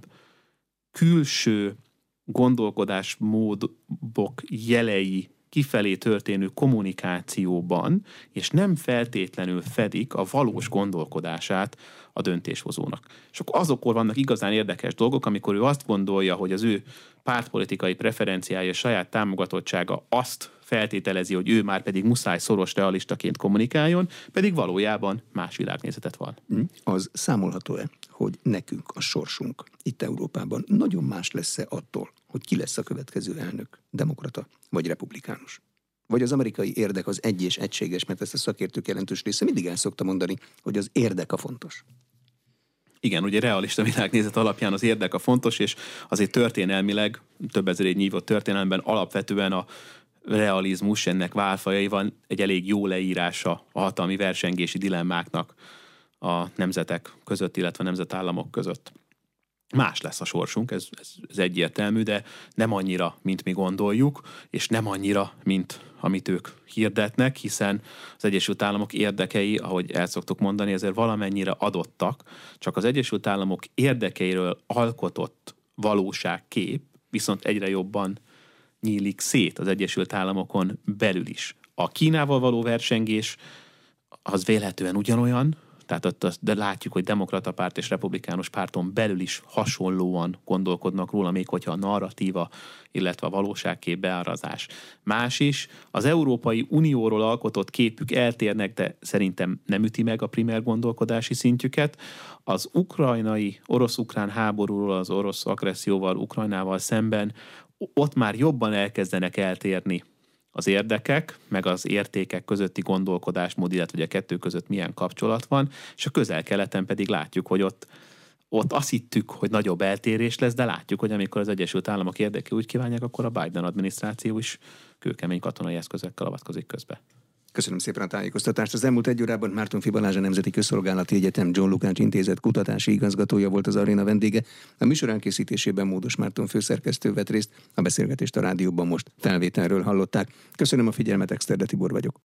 [SPEAKER 2] külső gondolkodásmódok jelei kifelé történő kommunikációban, és nem feltétlenül fedik a valós gondolkodását a döntéshozónak. És akkor azokor vannak igazán érdekes dolgok, amikor ő azt gondolja, hogy az ő pártpolitikai preferenciája, saját támogatottsága azt feltételezi, hogy ő már pedig muszáj szoros realistaként kommunikáljon, pedig valójában más világnézetet van.
[SPEAKER 1] Az számolható-e, hogy nekünk a sorsunk itt Európában nagyon más lesz-e attól, hogy ki lesz a következő elnök, demokrata vagy republikánus? Vagy az amerikai érdek az egy és egységes, mert ezt a szakértők jelentős része mindig el szokta mondani, hogy az érdek a fontos.
[SPEAKER 2] Igen, ugye realista világnézet alapján az érdek a fontos, és azért történelmileg, több ezer év nyívott történelemben alapvetően a realizmus, ennek válfajai van egy elég jó leírása a hatalmi versengési dilemmáknak a nemzetek között, illetve a nemzetállamok között. Más lesz a sorsunk, ez, ez, ez egyértelmű, de nem annyira, mint mi gondoljuk, és nem annyira, mint amit ők hirdetnek, hiszen az Egyesült Államok érdekei, ahogy el szoktuk mondani, ezért valamennyire adottak, csak az Egyesült Államok érdekeiről alkotott valóságkép viszont egyre jobban nyílik szét az Egyesült Államokon belül is. A Kínával való versengés az véletlenül ugyanolyan, tehát ott azt, de látjuk, hogy demokrata párt és republikánus párton belül is hasonlóan gondolkodnak róla, még hogyha a narratíva, illetve a valóságkép beárazás más is. Az Európai Unióról alkotott képük eltérnek, de szerintem nem üti meg a primer gondolkodási szintjüket. Az ukrajnai, orosz-ukrán háborúról, az orosz agresszióval, Ukrajnával szemben ott már jobban elkezdenek eltérni az érdekek, meg az értékek közötti gondolkodásmód, illetve hogy a kettő között milyen kapcsolat van, és a Közel-Keleten pedig látjuk, hogy ott, ott azt hittük, hogy nagyobb eltérés lesz, de látjuk, hogy amikor az Egyesült Államok érdekei úgy kívánják, akkor a Biden adminisztráció is kőkemény katonai eszközökkel avatkozik közbe.
[SPEAKER 1] Köszönöm szépen a tájékoztatást. Az elmúlt egy órában Márton-Fi Balázs, a Nemzeti Közszolgálati Egyetem John Lukács Intézet kutatási igazgatója volt az aréna vendége. A műsor elkészítésében Módos Márton főszerkesztő vett részt, a beszélgetést a rádióban most felvételről hallották. Köszönöm a figyelmet, Exterde Tibor vagyok.